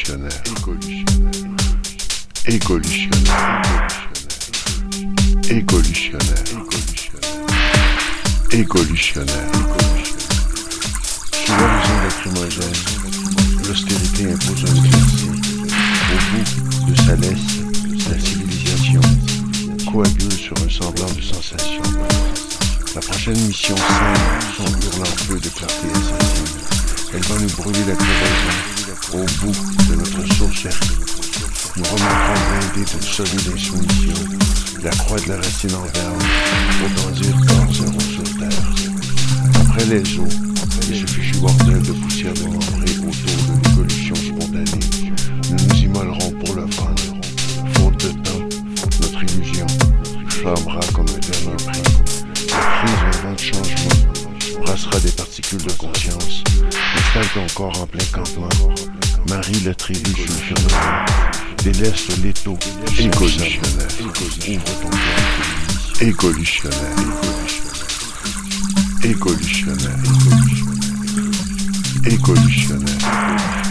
Évolutionnaire. Évolutionnaire. Évolutionnaire. Évolutionnaire. Sous l'horizon lacrymogène, l'austérité impose un éclairci. Au bout de sa laisse, la civilisation coagule sur un semblant de sensation. La prochaine mission scène son hurlant feu de clarté insensible. Elle va nous brûler la crevaison au bout de notre source. Nous remonterons blindés d'une solide insoumission, la croix de la racine en verbe, autant dire corps zéro sur terre. Après les eaux, et ce fichu bordel de poussière démembrée autour de l'évolution spontanée, nous nous immolerons pour le fun. Faute de temps, notre illusion flammera comme un dernier prix. La crise d'un vent de changement brassera des particules de conscience. Installe ton corps en plein campement. Marie le trébuche infirmement. Délaisse l'étau. Évolutionnaire. Ouvre ton cœur. Évolutionnaire. Évolutionnaire. Évolutionnaire.